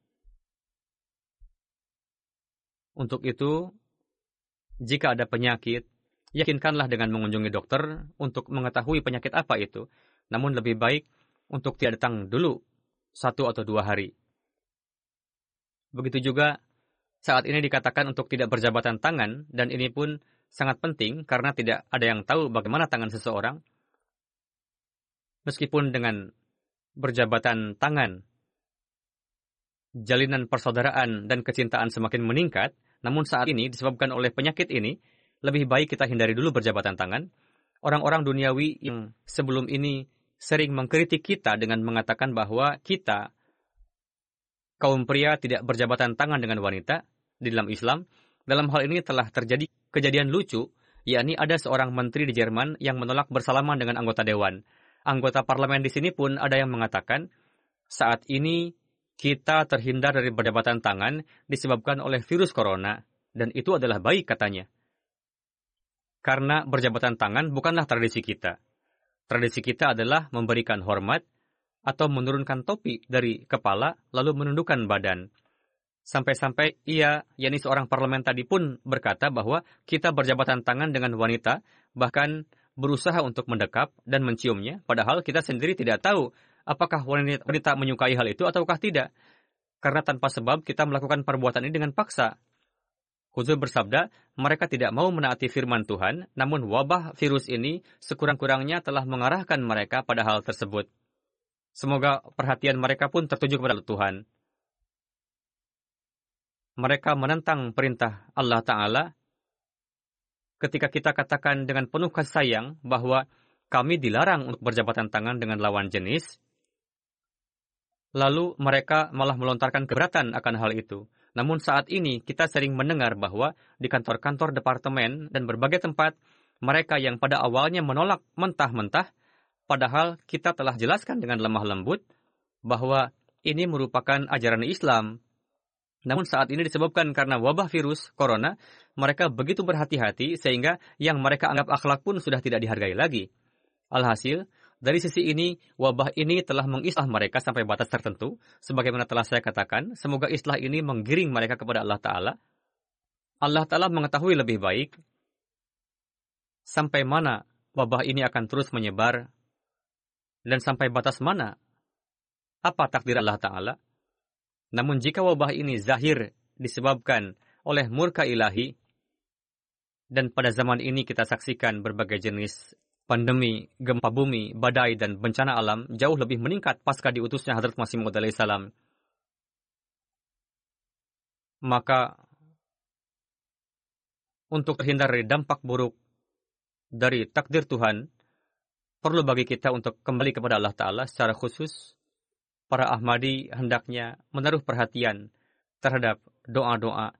Untuk itu, jika ada penyakit, yakinkanlah dengan mengunjungi dokter untuk mengetahui penyakit apa itu. namun lebih baik untuk tidak datang dulu 1 atau 2 hari. Begitu juga saat ini dikatakan untuk tidak berjabatan tangan, dan ini pun sangat penting karena tidak ada yang tahu bagaimana tangan seseorang. Meskipun dengan berjabatan tangan, jalinan persaudaraan dan kecintaan semakin meningkat, namun saat ini disebabkan oleh penyakit ini, lebih baik kita hindari dulu berjabatan tangan. Orang-orang duniawi yang sebelum ini sering mengkritik kita dengan mengatakan bahwa kita, kaum pria, tidak berjabatan tangan dengan wanita di dalam Islam. Dalam hal ini telah terjadi kejadian lucu, yakni ada seorang menteri di Jerman yang menolak bersalaman dengan anggota dewan. Anggota parlemen di sini pun ada yang mengatakan, saat ini kita terhindar dari berjabatan tangan disebabkan oleh virus corona, dan itu adalah baik katanya. Karena berjabatan tangan bukanlah tradisi kita. Tradisi kita adalah memberikan hormat atau menurunkan topi dari kepala lalu menundukkan badan. Sampai-sampai ia, yakni seorang parlemen tadi pun berkata bahwa kita berjabatan tangan dengan wanita, bahkan berusaha untuk mendekap dan menciumnya, padahal kita sendiri tidak tahu apakah wanita menyukai hal itu ataukah tidak. Karena tanpa sebab kita melakukan perbuatan ini dengan paksa. Huzur bersabda, mereka tidak mau menaati firman Tuhan, namun wabah virus ini sekurang-kurangnya telah mengarahkan mereka pada hal tersebut. Semoga perhatian mereka pun tertuju kepada Tuhan. Mereka menentang perintah Allah Ta'ala ketika kita katakan dengan penuh kasih sayang bahwa kami dilarang untuk berjabatan tangan dengan lawan jenis. Lalu mereka malah melontarkan keberatan akan hal itu. Namun saat ini kita sering mendengar bahwa di kantor-kantor departemen dan berbagai tempat, mereka yang pada awalnya menolak mentah-mentah, padahal kita telah jelaskan dengan lemah lembut bahwa ini merupakan ajaran Islam. Namun saat ini disebabkan karena wabah virus corona, mereka begitu berhati-hati sehingga yang mereka anggap akhlak pun sudah tidak dihargai lagi. Alhasil, dari sisi ini, wabah ini telah mengislah mereka sampai batas tertentu. Sebagaimana telah saya katakan, semoga islah ini menggiring mereka kepada Allah Ta'ala. Allah Ta'ala mengetahui lebih baik sampai mana wabah ini akan terus menyebar dan sampai batas mana apa takdir Allah Ta'ala. Namun jika wabah ini zahir disebabkan oleh murka ilahi, dan pada zaman ini kita saksikan berbagai jenis pandemi, gempa bumi, badai, dan bencana alam jauh lebih meningkat pasca diutusnya Hadrat Masih Maud alaihissalam. Maka, untuk terhindar dari dampak buruk dari takdir Tuhan, perlu bagi kita untuk kembali kepada Allah Ta'ala. Secara khusus, para Ahmadi hendaknya menaruh perhatian terhadap doa-doa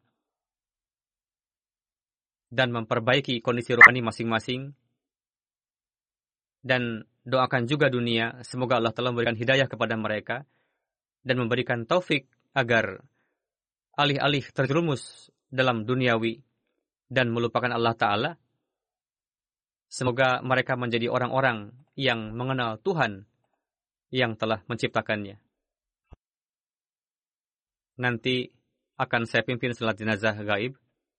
dan memperbaiki kondisi rohani masing-masing. Dan doakan juga dunia, semoga Allah telah memberikan hidayah kepada mereka dan memberikan taufik agar alih-alih terjerumus dalam duniawi dan melupakan Allah Ta'ala, semoga mereka menjadi orang-orang yang mengenal Tuhan yang telah menciptakannya. Nanti akan saya pimpin salat jenazah gaib.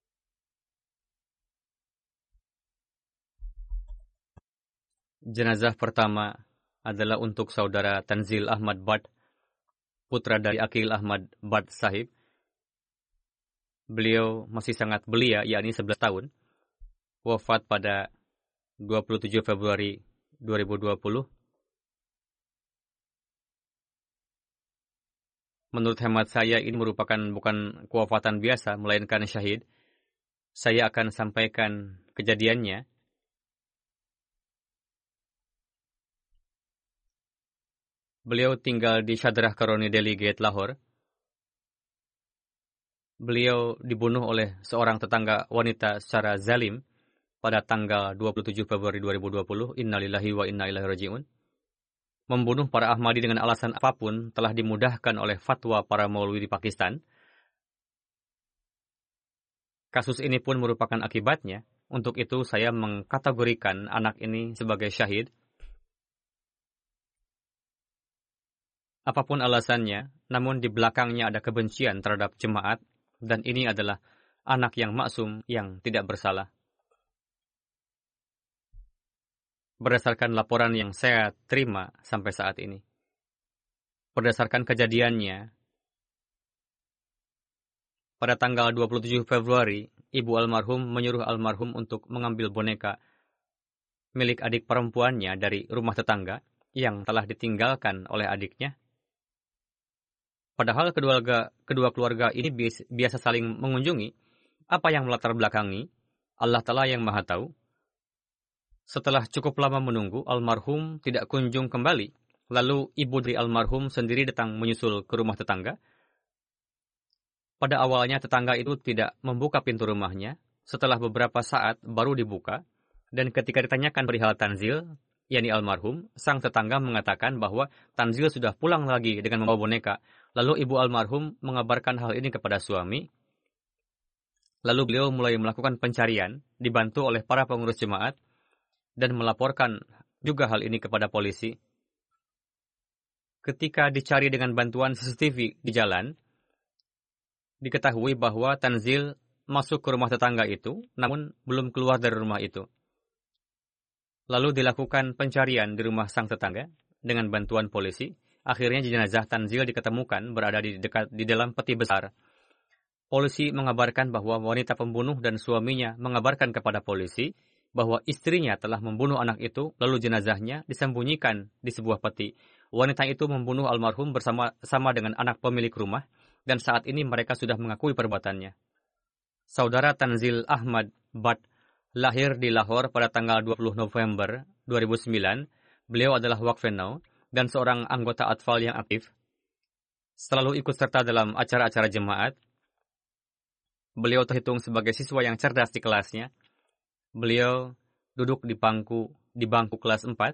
Jenazah pertama adalah untuk saudara Tanzil Ahmad Bhatt, putra dari Akil Ahmad Bhatt Sahib. Beliau masih sangat belia, yakni 11 tahun. Wafat pada 27 Februari 2020. Menurut hemat saya, ini merupakan bukan kewafatan biasa, melainkan syahid. Saya akan sampaikan kejadiannya. Beliau tinggal di Shadrah Karoni Delhi Gate, Lahore. Beliau dibunuh oleh seorang tetangga wanita secara zalim pada tanggal 27 Februari 2020. Innalillahi wa inna ilaihi raji'un. Membunuh para Ahmadi dengan alasan apapun telah dimudahkan oleh fatwa para maulwi di Pakistan. Kasus ini pun merupakan akibatnya. Untuk itu saya mengkategorikan anak ini sebagai syahid. Apapun alasannya, namun di belakangnya ada kebencian terhadap jemaat, dan ini adalah anak yang maksum yang tidak bersalah. berdasarkan laporan yang saya terima sampai saat ini. Berdasarkan kejadiannya, pada tanggal 27 Februari, ibu almarhum menyuruh almarhum untuk mengambil boneka milik adik perempuannya dari rumah tetangga yang telah ditinggalkan oleh adiknya. Padahal kedua keluarga ini biasa saling mengunjungi. Apa yang melatar belakangi, Allah Ta'ala yang Maha Tahu. Setelah cukup lama menunggu, almarhum tidak kunjung kembali. Lalu ibu dari almarhum sendiri datang menyusul ke rumah tetangga. Pada awalnya tetangga itu tidak membuka pintu rumahnya. Setelah beberapa saat baru dibuka. Dan ketika ditanyakan perihal Tanzil, yakni almarhum, sang tetangga mengatakan bahwa Tanzil sudah pulang lagi dengan membawa boneka. Lalu ibu almarhum mengabarkan hal ini kepada suami. Lalu beliau mulai melakukan pencarian, dibantu oleh para pengurus jemaat, dan melaporkan juga hal ini kepada polisi. Ketika dicari dengan bantuan CCTV di jalan, diketahui bahwa Tanzil masuk ke rumah tetangga itu, namun belum keluar dari rumah itu. Lalu dilakukan pencarian di rumah sang tetangga dengan bantuan polisi. Akhirnya jenazah Tanzil diketemukan berada di dalam peti besar. Polisi mengabarkan bahwa wanita pembunuh dan suaminya mengabarkan kepada polisi bahwa istrinya telah membunuh anak itu, lalu jenazahnya disembunyikan di sebuah peti. Wanita itu membunuh almarhum bersama dengan anak pemilik rumah, dan saat ini mereka sudah mengakui perbuatannya. Saudara Tanzil Ahmad Bhatt lahir di Lahore pada tanggal 20 November 2009. Beliau adalah Waqf-e-Nau dan seorang anggota Atfal yang aktif. Selalu ikut serta dalam acara-acara jemaat. Beliau terhitung sebagai siswa yang cerdas di kelasnya. Beliau duduk di bangku kelas 4.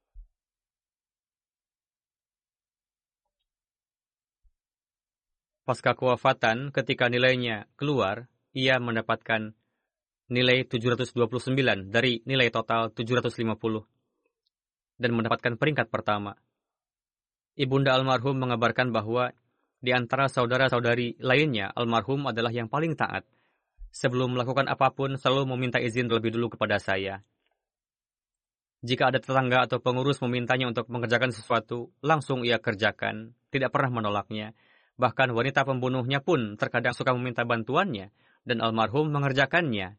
Pasca kewafatan, ketika nilainya keluar, ia mendapatkan nilai 729 dari nilai total 750 dan mendapatkan peringkat pertama. Ibunda almarhum mengabarkan bahwa di antara saudara-saudari lainnya, almarhum adalah yang paling taat. Sebelum melakukan apapun, selalu meminta izin terlebih dulu kepada saya. Jika ada tetangga atau pengurus memintanya untuk mengerjakan sesuatu, langsung ia kerjakan, tidak pernah menolaknya. Bahkan wanita pembunuhnya pun terkadang suka meminta bantuannya, dan almarhum mengerjakannya.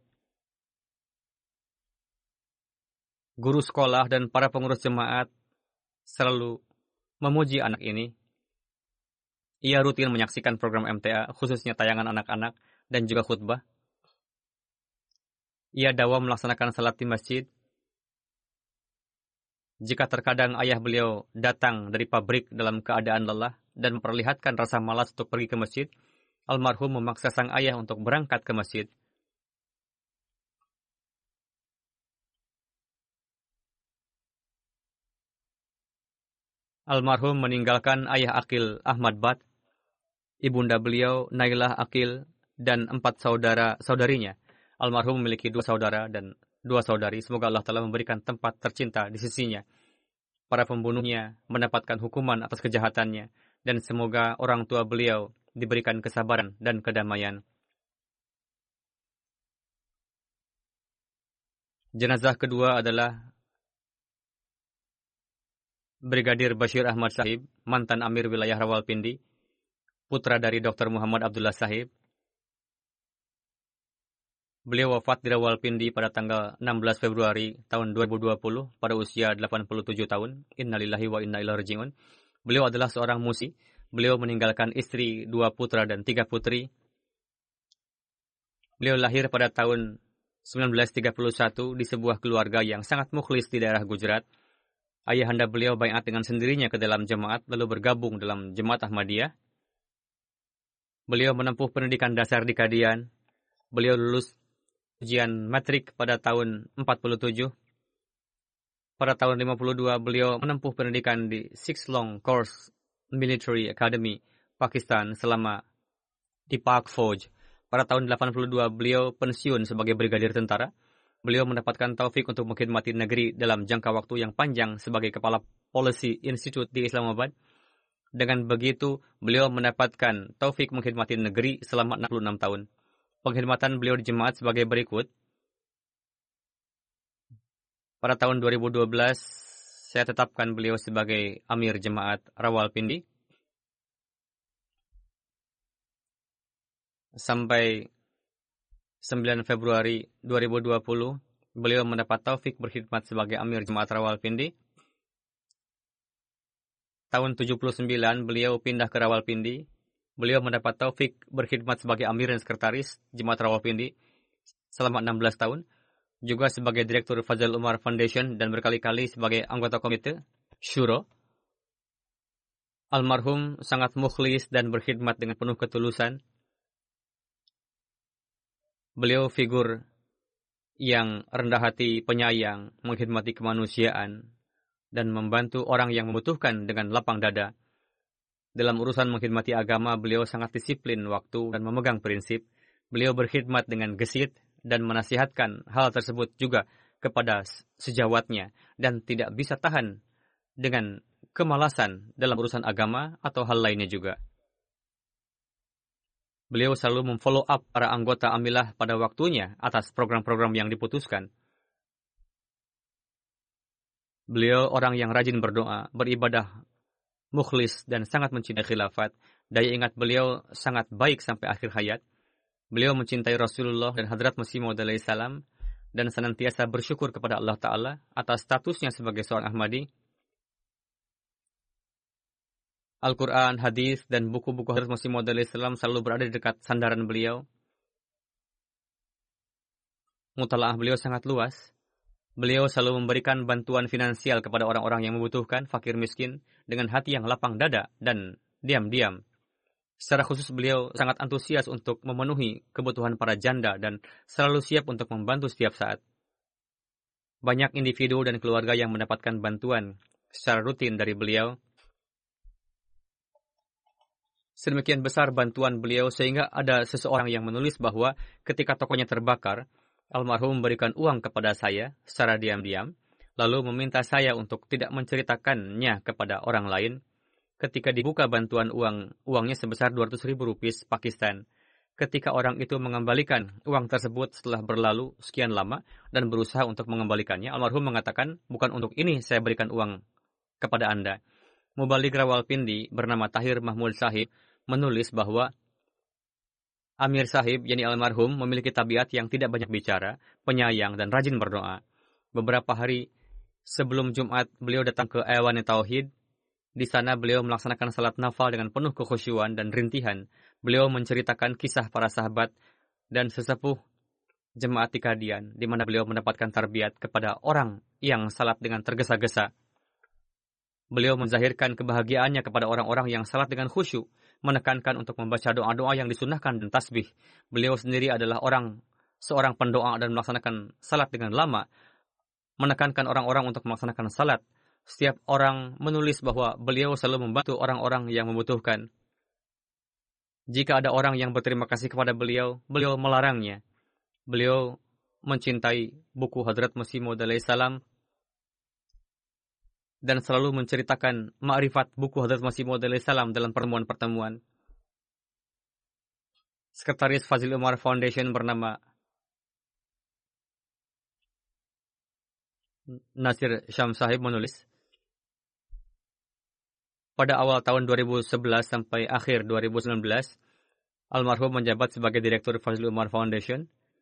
Guru sekolah dan para pengurus jemaat selalu memuji anak ini. Ia rutin menyaksikan program MTA, khususnya tayangan anak-anak dan juga khutbah. Ia dawam melaksanakan salat di masjid. Jika terkadang ayah beliau datang dari pabrik dalam keadaan lelah dan memperlihatkan rasa malas untuk pergi ke masjid, almarhum memaksa sang ayah untuk berangkat ke masjid. Almarhum meninggalkan ayah akil Ahmad Bhatt, ibunda beliau Nailah Akil, dan 4 saudara-saudarinya. Almarhum memiliki 2 saudara dan 2 saudari. Semoga Allah telah memberikan tempat tercinta di sisinya. Para pembunuhnya mendapatkan hukuman atas kejahatannya, dan semoga orang tua beliau diberikan kesabaran dan kedamaian. Jenazah kedua adalah Brigadir Bashir Ahmad Sahib, mantan Amir Wilayah Rawalpindi, putra dari Dr. Muhammad Abdullah Sahib. Beliau wafat di Rawalpindi pada tanggal 16 Februari tahun 2020 pada usia 87 tahun. Innalillahi wa inna ilaihi raji'un. Beliau adalah seorang musi. Beliau meninggalkan istri, 2 putra dan 3 putri. Beliau lahir pada tahun 1931 di sebuah keluarga yang sangat mukhlis di daerah Gujarat. Ayahanda beliau baiat dengan sendirinya ke dalam jemaat lalu bergabung dalam Jemaat Ahmadiyah. Beliau menempuh pendidikan dasar di Kadian. Beliau lulus ujian matrik pada tahun 47. Pada tahun 52 beliau menempuh pendidikan di Six Long Course Military Academy, Pakistan selama di Pak Fauj. Pada tahun 82 beliau pensiun sebagai brigadir tentara. Beliau mendapatkan taufik untuk mengkhidmati negeri dalam jangka waktu yang panjang sebagai kepala Policy Institute di Islamabad. Dengan begitu, beliau mendapatkan taufik mengkhidmati negeri selama 66 tahun. Pengkhidmatan beliau di jemaat sebagai berikut. Pada tahun 2012, saya tetapkan beliau sebagai Amir Jemaat Rawalpindi. Sampai 9 Februari 2020, beliau mendapat taufik berkhidmat sebagai Amir Jemaat Rawalpindi. Tahun 79, beliau pindah ke Rawalpindi. Beliau mendapat taufik berkhidmat sebagai Amir dan Sekretaris Jemaat Rawalpindi selama 16 tahun. Juga sebagai Direktur Fazal Umar Foundation dan berkali-kali sebagai anggota komite Syuro. Almarhum sangat mukhlis dan berkhidmat dengan penuh ketulusan. Beliau figur yang rendah hati, penyayang, mengkhidmati kemanusiaan, dan membantu orang yang membutuhkan dengan lapang dada. Dalam urusan mengkhidmati agama, beliau sangat disiplin waktu dan memegang prinsip. Beliau berkhidmat dengan gesit dan menasihatkan hal tersebut juga kepada sejawatnya dan tidak bisa tahan dengan kemalasan dalam urusan agama atau hal lainnya juga. Beliau selalu memfollow up para anggota amilah pada waktunya atas program-program yang diputuskan. Beliau orang yang rajin berdoa, beribadah, mukhlis dan sangat mencintai khilafat. Daya ingat beliau sangat baik sampai akhir hayat. Beliau mencintai Rasulullah dan Hadrat Masih Maud alaihi salam dan senantiasa bersyukur kepada Allah Ta'ala atas statusnya sebagai seorang Ahmadi. Al-Quran, hadis, dan buku-buku Hadrat Masih Maud alaihi salam selalu berada di dekat sandaran beliau. Mutalaah beliau sangat luas. Beliau selalu memberikan bantuan finansial kepada orang-orang yang membutuhkan, fakir miskin, dengan hati yang lapang dada dan diam-diam. Secara khusus beliau sangat antusias untuk memenuhi kebutuhan para janda dan selalu siap untuk membantu setiap saat. Banyak individu dan keluarga yang mendapatkan bantuan secara rutin dari beliau. Sedemikian besar bantuan beliau sehingga ada seseorang yang menulis bahwa ketika tokonya terbakar, almarhum memberikan uang kepada saya secara diam-diam, lalu meminta saya untuk tidak menceritakannya kepada orang lain. Ketika dibuka bantuan uangnya sebesar 200.000 rupiah Pakistan. Ketika orang itu mengembalikan uang tersebut setelah berlalu sekian lama dan berusaha untuk mengembalikannya, almarhum mengatakan, bukan untuk ini saya berikan uang kepada Anda. Mubalik Rawalpindi bernama Tahir Mahmud Sahib menulis bahwa Amir Sahib, yakni almarhum, memiliki tabiat yang tidak banyak bicara, penyayang dan rajin berdoa. Beberapa hari sebelum Jumat, beliau datang ke Aiwan Tauhid. Di sana beliau melaksanakan salat nafal dengan penuh kekhusyuan dan rintihan. Beliau menceritakan kisah para sahabat dan sesepuh jemaat di Qadian, di mana beliau mendapatkan tarbiyat kepada orang yang salat dengan tergesa-gesa. Beliau menzahirkan kebahagiaannya kepada orang-orang yang salat dengan khusyuk, menekankan untuk membaca doa-doa yang disunnahkan dan tasbih. Beliau sendiri adalah seorang pendoa dan melaksanakan salat dengan lama, menekankan orang-orang untuk melaksanakan salat. Setiap orang menulis bahwa beliau selalu membantu orang-orang yang membutuhkan. Jika ada orang yang berterima kasih kepada beliau, beliau melarangnya. Beliau mencintai buku Hadrat Masih Maud alaihi salam dan selalu menceritakan ma'rifat buku Hadrat Masih Maud alaihi salam dalam pertemuan-pertemuan. Sekretaris Fazil Umar Foundation bernama Nasir Syam Sahib menulis, pada awal tahun 2011 sampai akhir 2019, almarhum menjabat sebagai Direktur Fazil Umar Foundation.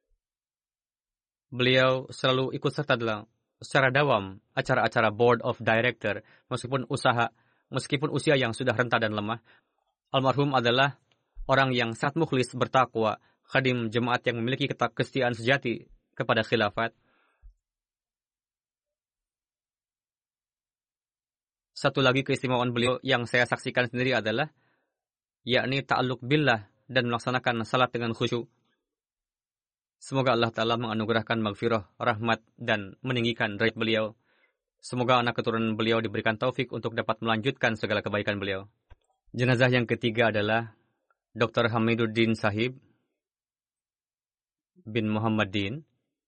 Beliau selalu ikut serta secara dawam acara-acara Board of Director, meskipun usia yang sudah renta dan lemah. Almarhum adalah orang yang sangat mukhlis, bertakwa, khadim jemaat yang memiliki kesetiaan sejati kepada khilafat. Satu lagi keistimewaan beliau yang saya saksikan sendiri adalah yakni ta'alluq billah dan melaksanakan salat dengan khusyuk. Semoga Allah Ta'ala menganugerahkan maghfirah, rahmat dan meninggikan derajat beliau. Semoga anak keturunan beliau diberikan taufik untuk dapat melanjutkan segala kebaikan beliau. Jenazah yang ketiga adalah Dr. Hamiduddin Sahib bin Muhammad Din,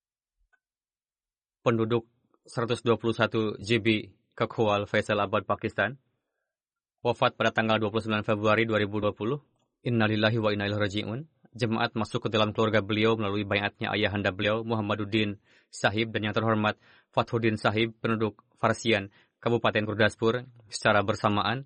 penduduk 121 GB Kakhwal, Faisalabad, Pakistan. Wafat pada tanggal 29 Februari 2020. Innalillahi wa inna ilaihi raji'un. Jemaat masuk ke dalam keluarga beliau melalui baiatnya ayahanda beliau, Muhammaduddin Sahib, dan yang terhormat Fathuddin Sahib, penduduk Farsian, Kabupaten Gurdaspur, secara bersamaan.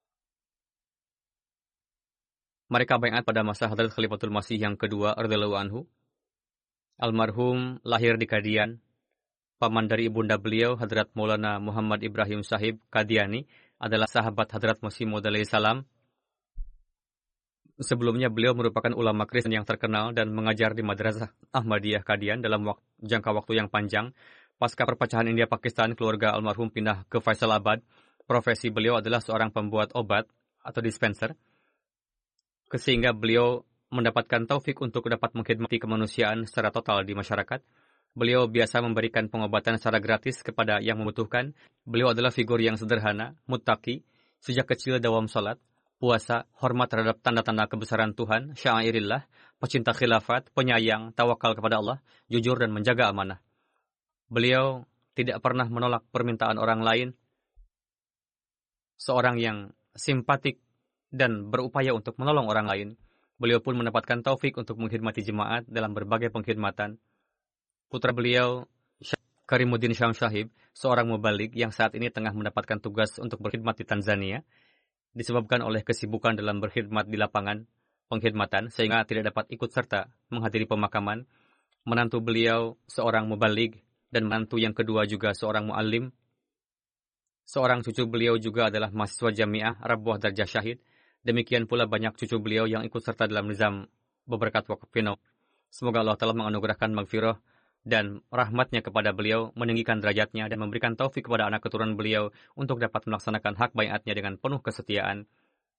Mereka baiat pada masa Hadrat Khalifatul Masih yang kedua, radhiyallahu anhu. Almarhum lahir di Qadian. Paman dari ibunda beliau, Hadrat Maulana Muhammad Ibrahim Sahib Qadiani, adalah sahabat Hadrat Masih Maud alaihi salam. Sebelumnya beliau merupakan ulama Kristen yang terkenal dan mengajar di Madrasah Ahmadiyah Qadian dalam jangka waktu yang panjang. Pasca perpecahan India-Pakistan, keluarga almarhum pindah ke Faisalabad. Profesi beliau adalah seorang pembuat obat atau dispenser, sehingga beliau mendapatkan taufik untuk dapat mengkhidmati kemanusiaan secara total di masyarakat. Beliau biasa memberikan pengobatan secara gratis kepada yang membutuhkan. Beliau adalah figur yang sederhana, muttaqi, sejak kecil dawam salat, puasa, hormat terhadap tanda-tanda kebesaran Tuhan, syairillah, pecinta khilafat, penyayang, tawakal kepada Allah, jujur dan menjaga amanah. Beliau tidak pernah menolak permintaan orang lain. Seorang yang simpatik dan berupaya untuk menolong orang lain. Beliau pun mendapatkan taufik untuk mengkhidmati jemaat dalam berbagai pengkhidmatan. Putra beliau, Karimuddin Syam Syahib, seorang mubalik yang saat ini tengah mendapatkan tugas untuk berkhidmat di Tanzania, disebabkan oleh kesibukan dalam berkhidmat di lapangan pengkhidmatan, sehingga tidak dapat ikut serta menghadiri pemakaman. Menantu beliau seorang mubalik, dan menantu yang kedua juga seorang muallim. Seorang cucu beliau juga adalah mahasiswa Jamiah Rabwah Darjah Syahid. Demikian pula banyak cucu beliau yang ikut serta dalam nizam beberkat wakaf Pino. Semoga Allah telah menganugerahkan maghfirah dan rahmatnya kepada beliau, meninggikan derajatnya, dan memberikan taufik kepada anak keturunan beliau untuk dapat melaksanakan hak baiatnya dengan penuh kesetiaan.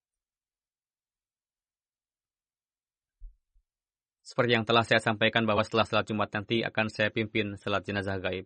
Seperti yang telah saya sampaikan bahwa setelah salat Jumat nanti akan saya pimpin salat jenazah gaib.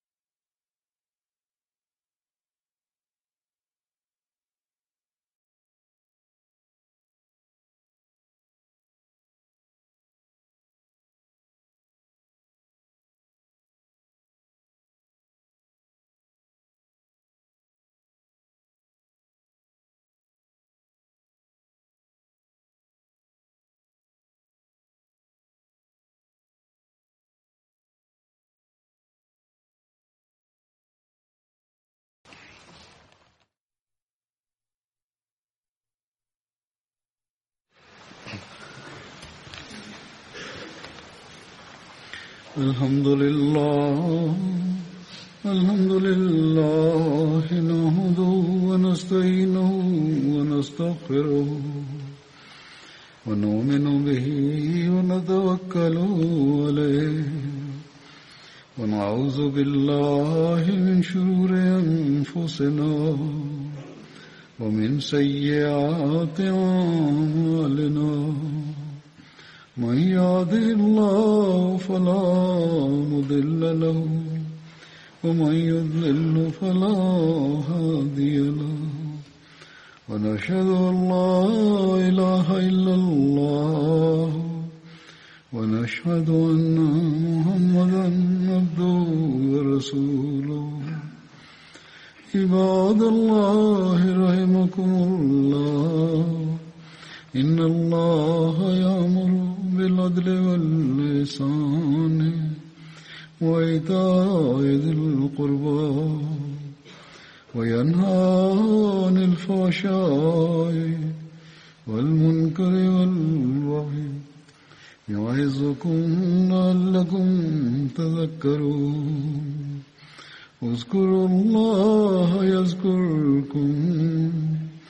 الحمد لله نحمده ونستعينه ونستغفره ونؤمن به ونتوكل عليه ونعوذ بالله من شرور أنفسنا ومن سيئات أعمالنا من يهده الله فلا مضل له ومن يضلل فلا هادي له ونشهد أن لا إله إلا الله ونشهد أن محمدا عبده ورسوله عباد الله رحمكم الله إن الله يأمر بالعدل والإحسان وإيتاء ذي القربى وينهى عن الفحشاء والمنكر والبغي يعظكم لعلكم تذكرون اذكروا الله يذكركم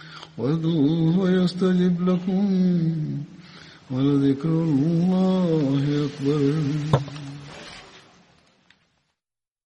وادعوه يستجب لكم ولذكر الله